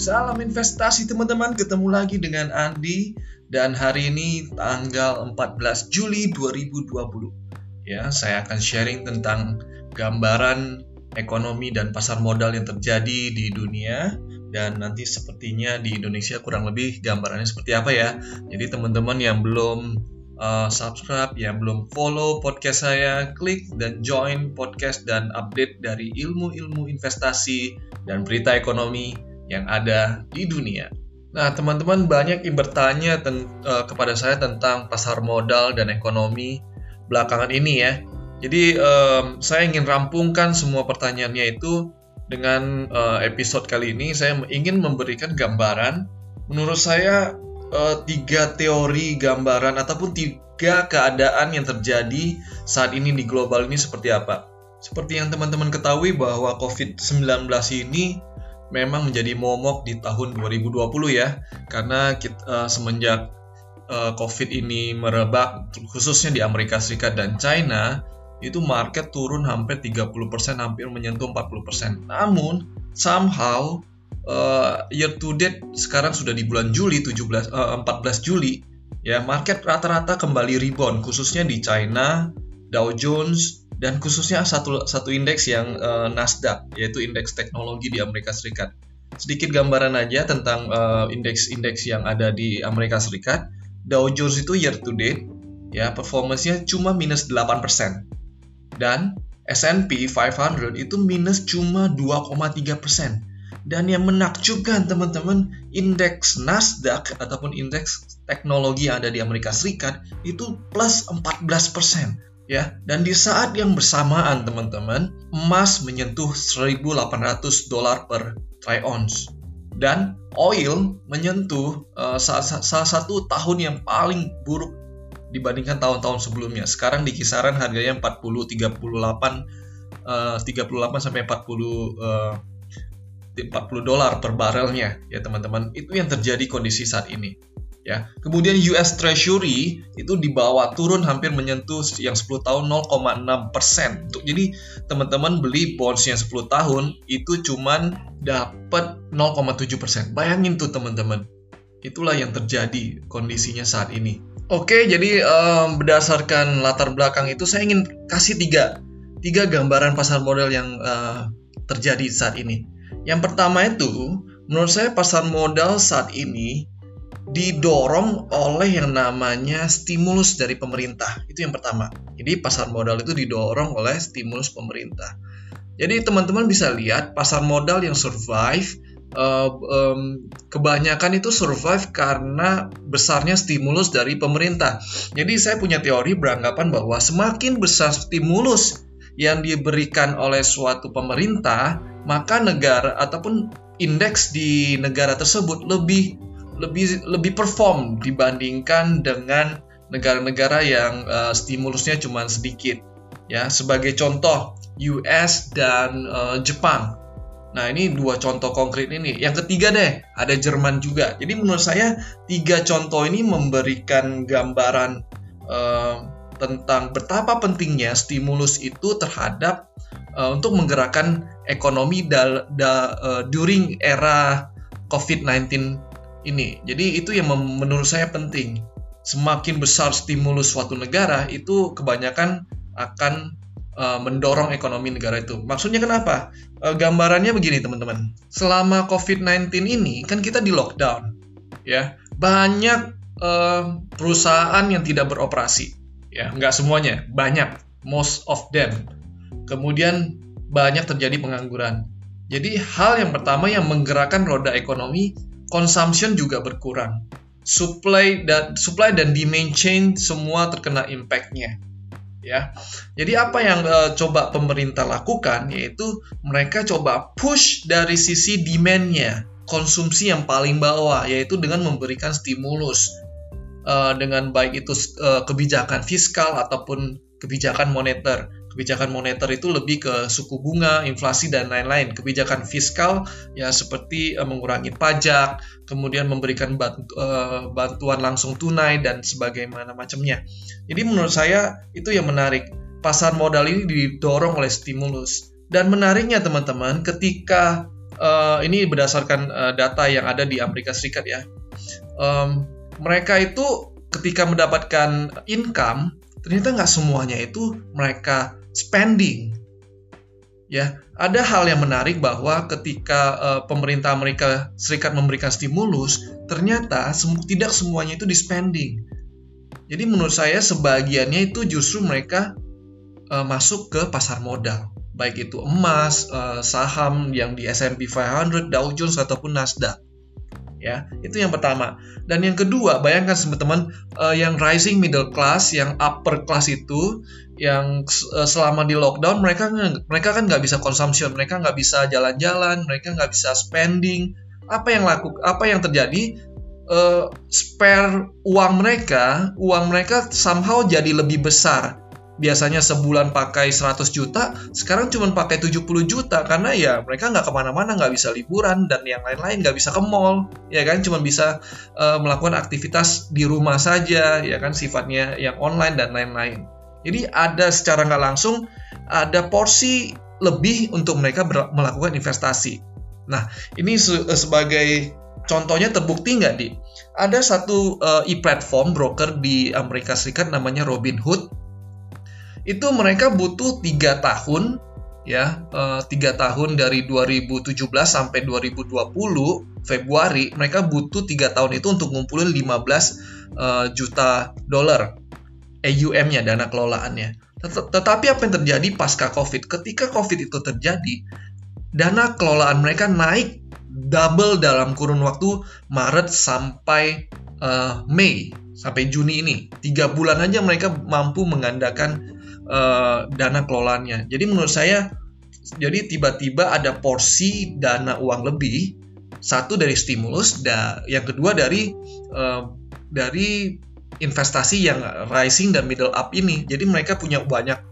Salam investasi teman-teman, ketemu lagi dengan Andi dan hari ini tanggal 14 Juli 2020. Ya, saya akan sharing tentang gambaran ekonomi dan pasar modal yang terjadi di dunia dan nanti sepertinya di Indonesia kurang lebih gambarannya seperti apa ya. Jadi teman-teman yang belum subscribe, yang belum follow podcast saya, klik dan join podcast dan update dari ilmu-ilmu investasi dan berita ekonomi yang ada di dunia. Nah, teman-teman banyak yang bertanya kepada saya tentang pasar modal dan ekonomi belakangan ini ya. Jadi saya ingin rampungkan semua pertanyaannya itu dengan episode kali ini. Saya ingin memberikan gambaran, menurut saya 3 teori gambaran ataupun 3 keadaan yang terjadi saat ini di global ini seperti apa. Seperti yang teman-teman ketahui bahwa COVID-19 ini memang menjadi momok di tahun 2020 ya, karena semenjak COVID ini merebak khususnya di Amerika Serikat dan China, itu market turun hampir 30%, hampir menyentuh 40%. Namun somehow year to date sekarang sudah di bulan Juli 14 Juli ya, market rata-rata kembali rebound khususnya di China, Dow Jones, dan khususnya satu indeks yang Nasdaq, yaitu indeks teknologi di Amerika Serikat. Sedikit gambaran aja tentang indeks-indeks yang ada di Amerika Serikat. Dow Jones itu year to date ya, performance-nya cuma minus 8%. Dan S&P 500 itu minus cuma 2,3%. Dan yang menakjubkan teman-teman, indeks Nasdaq ataupun indeks teknologi yang ada di Amerika Serikat itu plus 14%. Ya, dan di saat yang bersamaan teman-teman, emas menyentuh $1.800 per troy ounce dan oil menyentuh salah satu tahun yang paling buruk dibandingkan tahun-tahun sebelumnya. Sekarang di kisaran harganya 38 sampai 40 dolar per barelnya ya teman-teman. Itu yang terjadi kondisi saat ini. Ya, kemudian US Treasury itu dibawa turun hampir menyentuh yang 10 tahun 0,6%. Jadi teman-teman beli bonds yang 10 tahun itu cuman dapat 0,7%. Bayangin tuh teman-teman. Itulah yang terjadi kondisinya saat ini. Oke, jadi berdasarkan latar belakang itu saya ingin kasih tiga gambaran pasar modal yang terjadi saat ini. Yang pertama itu, menurut saya pasar modal saat ini didorong oleh yang namanya stimulus dari pemerintah. Itu yang pertama. Jadi pasar modal itu didorong oleh stimulus pemerintah. Jadi teman-teman bisa lihat pasar modal yang survive, kebanyakan itu survive karena besarnya stimulus dari pemerintah. Jadi saya punya teori beranggapan bahwa semakin besar stimulus yang diberikan oleh suatu pemerintah, maka negara ataupun indeks di negara tersebut lebih perform dibandingkan dengan negara-negara yang stimulusnya cuma sedikit. Ya, sebagai contoh US dan Jepang. Nah, ini 2 contoh konkret ini. Yang ketiga deh, ada Jerman juga. Jadi menurut saya 3 contoh ini memberikan gambaran tentang betapa pentingnya stimulus itu terhadap untuk menggerakkan ekonomi during era COVID-19 ini. Jadi itu yang menurut saya penting. Semakin besar stimulus suatu negara, itu kebanyakan akan mendorong ekonomi negara itu. Maksudnya kenapa? Gambarannya begini teman-teman. Selama COVID-19 ini kan kita di lockdown, ya. Banyak perusahaan yang tidak beroperasi, ya. Nggak semuanya, banyak, most of them. Kemudian banyak terjadi pengangguran. Jadi hal yang pertama yang menggerakkan roda ekonomi, consumption juga berkurang. Supply dan demand chain semua terkena impact-nya. Ya. Jadi apa yang coba pemerintah lakukan, yaitu mereka coba push dari sisi demand-nya, konsumsi yang paling bawah, yaitu dengan memberikan stimulus dengan baik itu kebijakan fiskal ataupun kebijakan moneter. Kebijakan moneter itu lebih ke suku bunga, inflasi, dan lain-lain. Kebijakan fiskal ya seperti mengurangi pajak, kemudian memberikan bantuan langsung tunai, dan sebagaimana macamnya. Jadi menurut saya itu yang menarik. Pasar modal ini didorong oleh stimulus. Dan menariknya teman-teman, ketika ini berdasarkan data yang ada di Amerika Serikat ya. Mereka itu ketika mendapatkan income, ternyata nggak semuanya itu mereka spending. Ya, ada hal yang menarik bahwa ketika pemerintah Amerika Serikat memberikan stimulus, ternyata tidak semuanya itu di spending. Jadi menurut saya sebagiannya itu justru mereka masuk ke pasar modal, baik itu emas, saham yang di S&P 500, Dow Jones ataupun Nasdaq. Ya, itu yang pertama. Dan yang kedua, bayangkan teman-teman, yang rising middle class, yang upper class itu, yang selama di lockdown mereka kan nggak bisa consumption, mereka nggak bisa jalan-jalan, mereka nggak bisa spending. Apa yang terjadi? Spare uang mereka somehow jadi lebih besar. Biasanya sebulan pakai 100 juta, sekarang cuma pakai 70 juta karena ya mereka nggak kemana-mana, nggak bisa liburan dan yang lain-lain, nggak bisa ke mall, ya kan, cuma bisa melakukan aktivitas di rumah saja, ya kan, sifatnya yang online dan lain-lain. Jadi ada secara nggak langsung ada porsi lebih untuk mereka melakukan investasi. Nah, ini sebagai contohnya terbukti nggak, Di? Ada satu e-platform broker di Amerika Serikat namanya Robinhood. Itu mereka butuh 3 tahun ya, 3 tahun dari 2017 sampai 2020 Februari, mereka butuh 3 tahun itu untuk ngumpulin 15 juta dolar AUM-nya, dana kelolaannya. Tetapi apa yang terjadi pasca COVID? Ketika COVID itu terjadi, dana kelolaan mereka naik double dalam kurun waktu Maret sampai Mei, sampai Juni ini. 3 bulan aja mereka mampu menggandakan dana kelolaannya. Jadi menurut saya, jadi tiba-tiba ada porsi dana uang lebih, satu dari stimulus, yang kedua dari investasi yang rising dan middle up ini. Jadi mereka punya banyak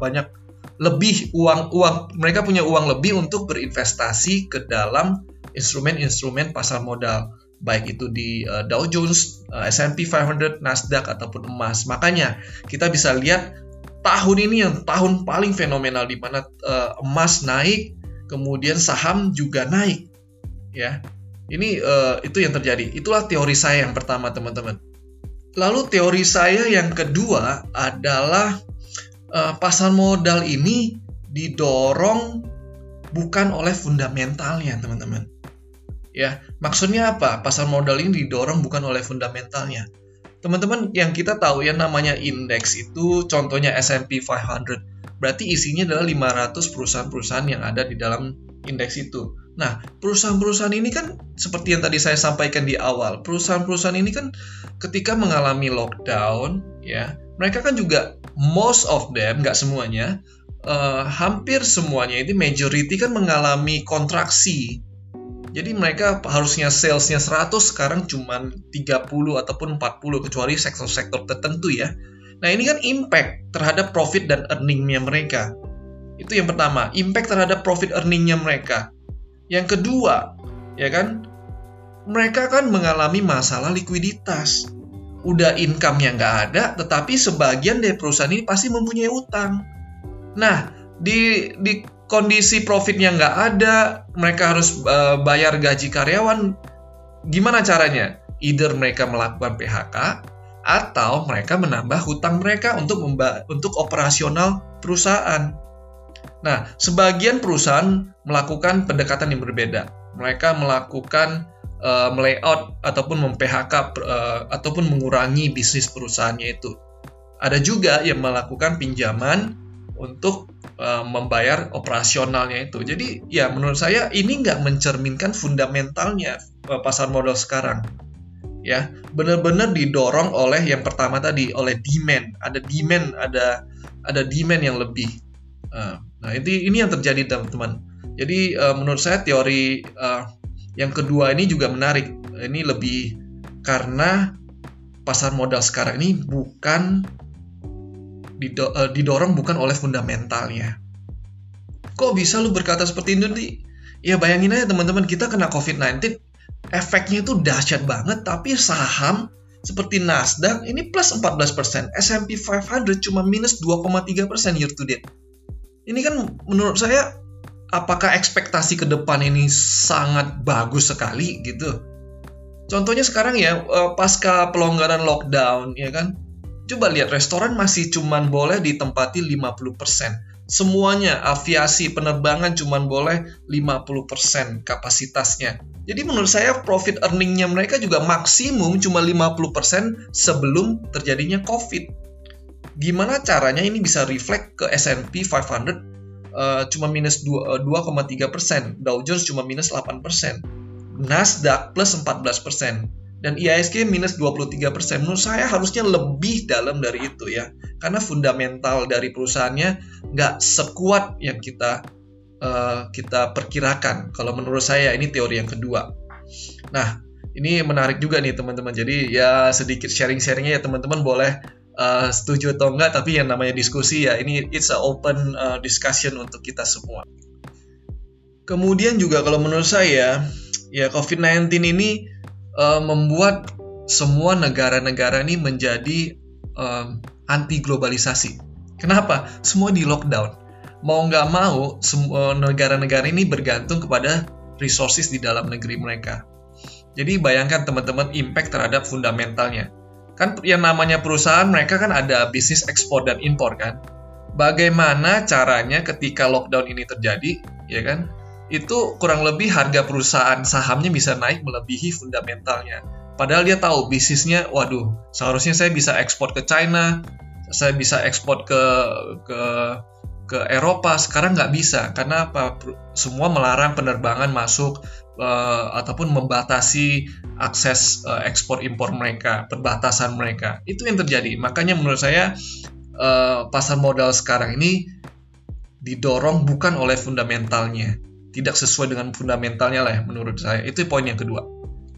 lebih uang, mereka punya uang lebih untuk berinvestasi ke dalam instrumen-instrumen pasar modal, baik itu di Dow Jones, S&P 500, Nasdaq ataupun emas. Makanya kita bisa lihat tahun ini yang tahun paling fenomenal, di mana emas naik, kemudian saham juga naik. Ya, ini itu yang terjadi. Itulah teori saya yang pertama, teman-teman. Lalu teori saya yang kedua adalah pasar modal ini didorong bukan oleh fundamentalnya, teman-teman. Ya, maksudnya apa? Pasar modal ini didorong bukan oleh fundamentalnya. Teman-teman, yang kita tahu yang namanya indeks itu contohnya S&P 500. Berarti isinya adalah 500 perusahaan-perusahaan yang ada di dalam indeks itu. Nah, perusahaan-perusahaan ini kan seperti yang tadi saya sampaikan di awal, perusahaan-perusahaan ini kan ketika mengalami lockdown, ya, mereka kan juga most of them, nggak semuanya, hampir semuanya ini majority kan mengalami kontraksi. Jadi mereka harusnya salesnya 100, sekarang cuma 30 ataupun 40, kecuali sektor-sektor tertentu ya. Nah, ini kan impact terhadap profit dan earning-nya mereka. Itu yang pertama, impact terhadap profit earning-nya mereka. Yang kedua, ya kan, mereka kan mengalami masalah likuiditas. Udah income-nya nggak ada, tetapi sebagian dari perusahaan ini pasti mempunyai utang. Nah, di kondisi profitnya nggak ada, mereka harus bayar gaji karyawan. Gimana caranya? Either mereka melakukan PHK atau mereka menambah hutang mereka untuk operasional perusahaan. Nah, sebagian perusahaan melakukan pendekatan yang berbeda. Mereka melakukan layout ataupun mem-PHK ataupun mengurangi bisnis perusahaannya itu. Ada juga yang melakukan pinjaman untuk membayar operasionalnya itu. Jadi ya menurut saya ini nggak mencerminkan fundamentalnya pasar modal sekarang. Ya, benar-benar didorong oleh yang pertama tadi, oleh demand. Ada demand yang lebih. Nah, ini yang terjadi, teman-teman. Jadi menurut saya teori yang kedua ini juga menarik. Ini lebih karena pasar modal sekarang ini didorong bukan oleh fundamentalnya. Kok bisa lu berkata seperti itu, Di? Ya bayangin aja teman-teman, kita kena COVID-19, efeknya itu dahsyat banget, tapi saham seperti Nasdaq ini plus 14%, S&P 500 cuma minus 2,3% year to date. Ini kan menurut saya apakah ekspektasi ke depan ini sangat bagus sekali gitu? Contohnya sekarang ya, pasca pelonggaran lockdown, ya kan? Coba lihat, restoran masih cuman boleh ditempati 50%. Semuanya, aviasi, penerbangan cuman boleh 50% kapasitasnya. Jadi menurut saya profit earning-nya mereka juga maksimum cuma 50% sebelum terjadinya COVID. Gimana caranya ini bisa reflect ke S&P 500 cuma minus 2,3%, Dow Jones cuma minus 8%, Nasdaq plus 14%, dan IHSG minus 23%. Menurut saya harusnya lebih dalam dari itu ya, karena fundamental dari perusahaannya nggak sekuat yang kita perkirakan. Kalau menurut saya ini teori yang kedua. Nah, ini menarik juga nih teman-teman. Jadi ya sedikit sharing-sharingnya ya teman-teman, boleh setuju atau enggak, tapi yang namanya diskusi ya, ini it's a open discussion untuk kita semua. Kemudian juga kalau menurut saya ya, COVID-19 ini membuat semua negara-negara ini menjadi anti globalisasi. Kenapa? Semua di lockdown. Mau nggak mau, semua negara-negara ini bergantung kepada resources di dalam negeri mereka. Jadi bayangkan teman-teman impact terhadap fundamentalnya. Kan yang namanya perusahaan mereka kan ada bisnis ekspor dan impor kan. Bagaimana caranya ketika lockdown ini terjadi, ya kan? Itu kurang lebih harga perusahaan sahamnya bisa naik melebihi fundamentalnya. Padahal dia tahu bisnisnya, waduh, seharusnya saya bisa ekspor ke China, saya bisa ekspor ke Eropa, sekarang nggak bisa. Karena apa? Semua melarang penerbangan masuk ataupun membatasi akses ekspor impor mereka, perbatasan mereka. Itu yang terjadi. Makanya menurut saya pasar modal sekarang ini didorong bukan oleh fundamentalnya, tidak sesuai dengan fundamentalnya lah ya, menurut saya. Itu poin yang kedua.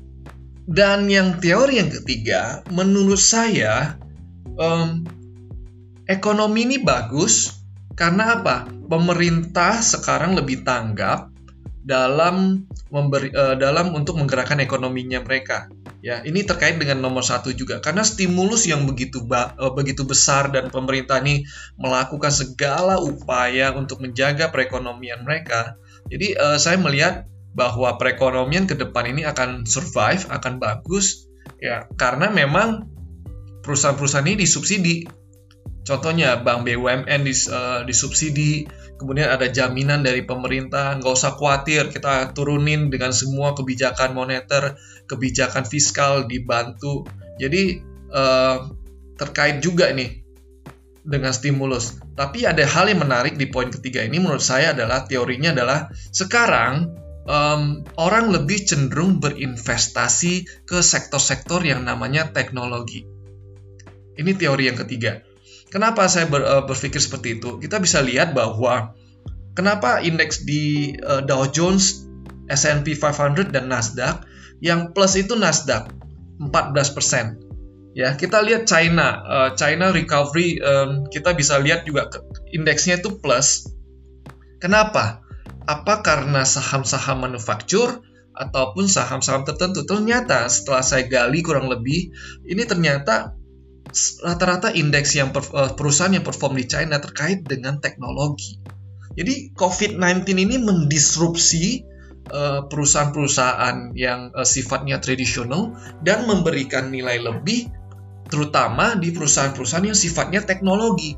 Dan yang teori yang ketiga, menurut saya ekonomi ini bagus karena apa? Pemerintah sekarang lebih tanggap dalam untuk menggerakkan ekonominya mereka. Ya, ini terkait dengan nomor satu juga, karena stimulus yang begitu besar dan pemerintah ini melakukan segala upaya untuk menjaga perekonomian mereka. Jadi saya melihat bahwa perekonomian ke depan ini akan survive, akan bagus, ya, karena memang perusahaan-perusahaan ini disubsidi. Contohnya bank BUMN disubsidi, kemudian ada jaminan dari pemerintah, nggak usah khawatir, kita turunin dengan semua kebijakan moneter, kebijakan fiskal dibantu. Jadi terkait juga nih dengan stimulus. Tapi ada hal yang menarik di poin ketiga ini menurut saya adalah, teorinya adalah sekarang orang lebih cenderung berinvestasi ke sektor-sektor yang namanya teknologi. Ini teori yang ketiga. Kenapa saya berpikir seperti itu? Kita bisa lihat bahwa kenapa indeks di Dow Jones, S&P 500 dan Nasdaq, yang plus itu Nasdaq 14%. Ya, kita lihat China recovery, kita bisa lihat juga indeksnya itu plus. Kenapa? Apa karena saham-saham manufaktur ataupun saham-saham tertentu? Ternyata setelah saya gali kurang lebih, ini ternyata rata-rata indeks yang perusahaan yang perform di China terkait dengan teknologi. Jadi COVID-19 ini mendisrupsi perusahaan-perusahaan yang sifatnya tradisional dan memberikan nilai lebih, terutama di perusahaan-perusahaan yang sifatnya teknologi.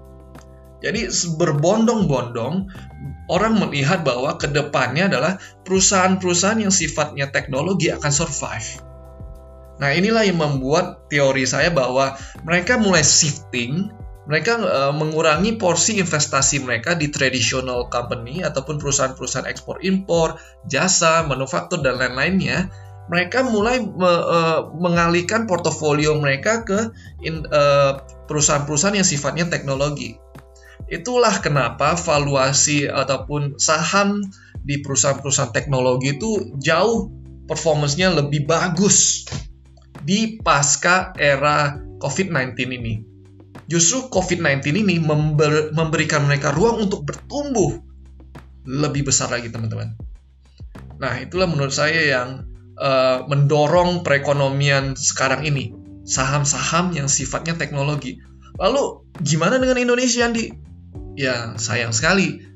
Jadi berbondong-bondong orang melihat bahwa kedepannya adalah perusahaan-perusahaan yang sifatnya teknologi akan survive. Nah, inilah yang membuat teori saya bahwa mereka mulai shifting, mereka mengurangi porsi investasi mereka di traditional company ataupun perusahaan-perusahaan ekspor impor, jasa, manufaktur, dan lain-lainnya. Mereka mulai mengalihkan portofolio mereka ke perusahaan-perusahaan yang sifatnya teknologi. Itulah kenapa valuasi ataupun saham di perusahaan-perusahaan teknologi itu jauh performance-nya lebih bagus di pasca era COVID-19 ini. Justru COVID-19 ini memberikan mereka ruang untuk bertumbuh lebih besar lagi, teman-teman. Nah, itulah menurut saya yang mendorong perekonomian sekarang ini. Saham-saham yang sifatnya teknologi. Lalu, gimana dengan Indonesia, Andi? Ya, sayang sekali.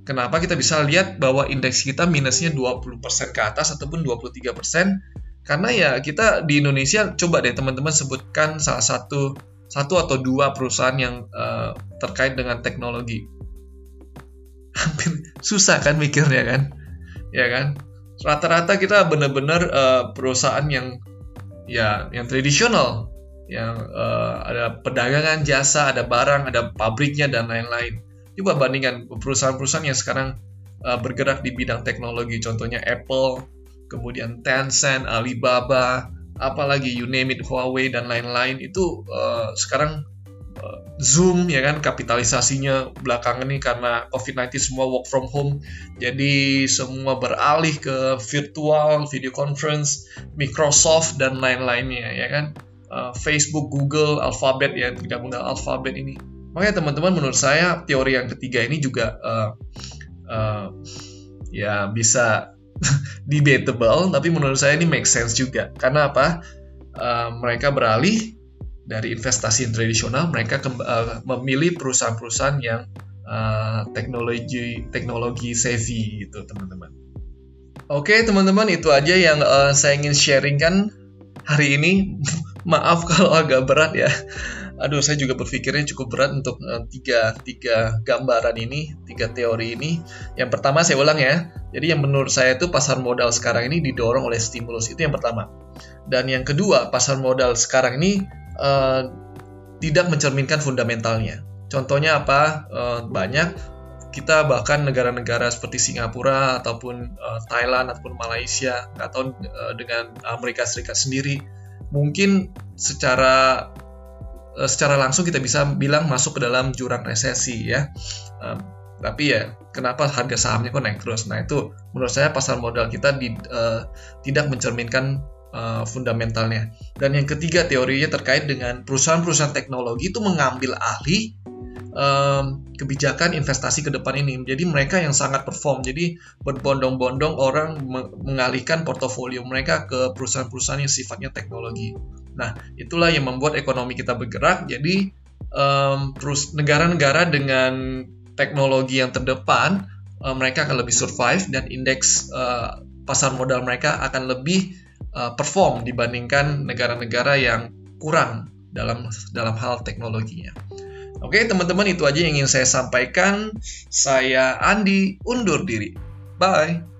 Kenapa kita bisa lihat bahwa indeks kita minusnya 20% ke atas ataupun 23%? Karena ya kita di Indonesia, coba deh teman-teman sebutkan salah satu atau dua perusahaan yang terkait dengan teknologi. Hampir susah kan mikirnya kan? Ya kan? Rata-rata kita benar-benar perusahaan yang tradisional, yang ada perdagangan jasa, ada barang, ada pabriknya dan lain-lain. Coba bandingkan perusahaan-perusahaan yang sekarang bergerak di bidang teknologi, contohnya Apple, kemudian Tencent, Alibaba, apalagi you name it, Huawei dan lain-lain. Itu sekarang Zoom ya kan, kapitalisasinya belakangan ini karena COVID-19 semua work from home, jadi semua beralih ke virtual, video conference, Microsoft dan lain-lainnya ya kan. Facebook, Google, Alphabet ya, tidak mudah Alphabet ini. Makanya teman-teman, menurut saya teori yang ketiga ini juga ya bisa debatable, tapi menurut saya ini make sense juga. Karena apa? Mereka beralih dari investasi tradisional, mereka memilih perusahaan-perusahaan yang teknologi savvy gitu teman-teman. Oke teman-teman, itu aja yang saya ingin sharingkan hari ini. Maaf kalau agak berat ya. Aduh, saya juga berpikirnya cukup berat untuk tiga gambaran ini, tiga teori ini. Yang pertama saya ulang ya. Jadi yang menurut saya itu pasar modal sekarang ini didorong oleh stimulus, itu yang pertama. Dan yang kedua, pasar modal sekarang ini tidak mencerminkan fundamentalnya. Contohnya apa? Banyak kita bahkan negara-negara seperti Singapura ataupun Thailand ataupun Malaysia atau dengan Amerika Serikat sendiri, mungkin secara langsung kita bisa bilang masuk ke dalam jurang resesi ya. Tapi ya kenapa harga sahamnya kok naik terus? Nah itu menurut saya pasar modal kita tidak mencerminkan fundamentalnya. Dan yang ketiga teorinya terkait dengan perusahaan-perusahaan teknologi itu mengambil alih kebijakan investasi ke depan ini. Jadi mereka yang sangat perform. Jadi berbondong-bondong orang mengalihkan portofolio mereka ke perusahaan-perusahaan yang sifatnya teknologi. Nah, itulah yang membuat ekonomi kita bergerak. Jadi negara-negara dengan teknologi yang terdepan, mereka akan lebih survive dan indeks pasar modal mereka akan lebih perform dibandingkan negara-negara yang kurang dalam hal teknologinya. Oke teman-teman, itu aja yang ingin saya sampaikan. Saya Andi, undur diri. Bye.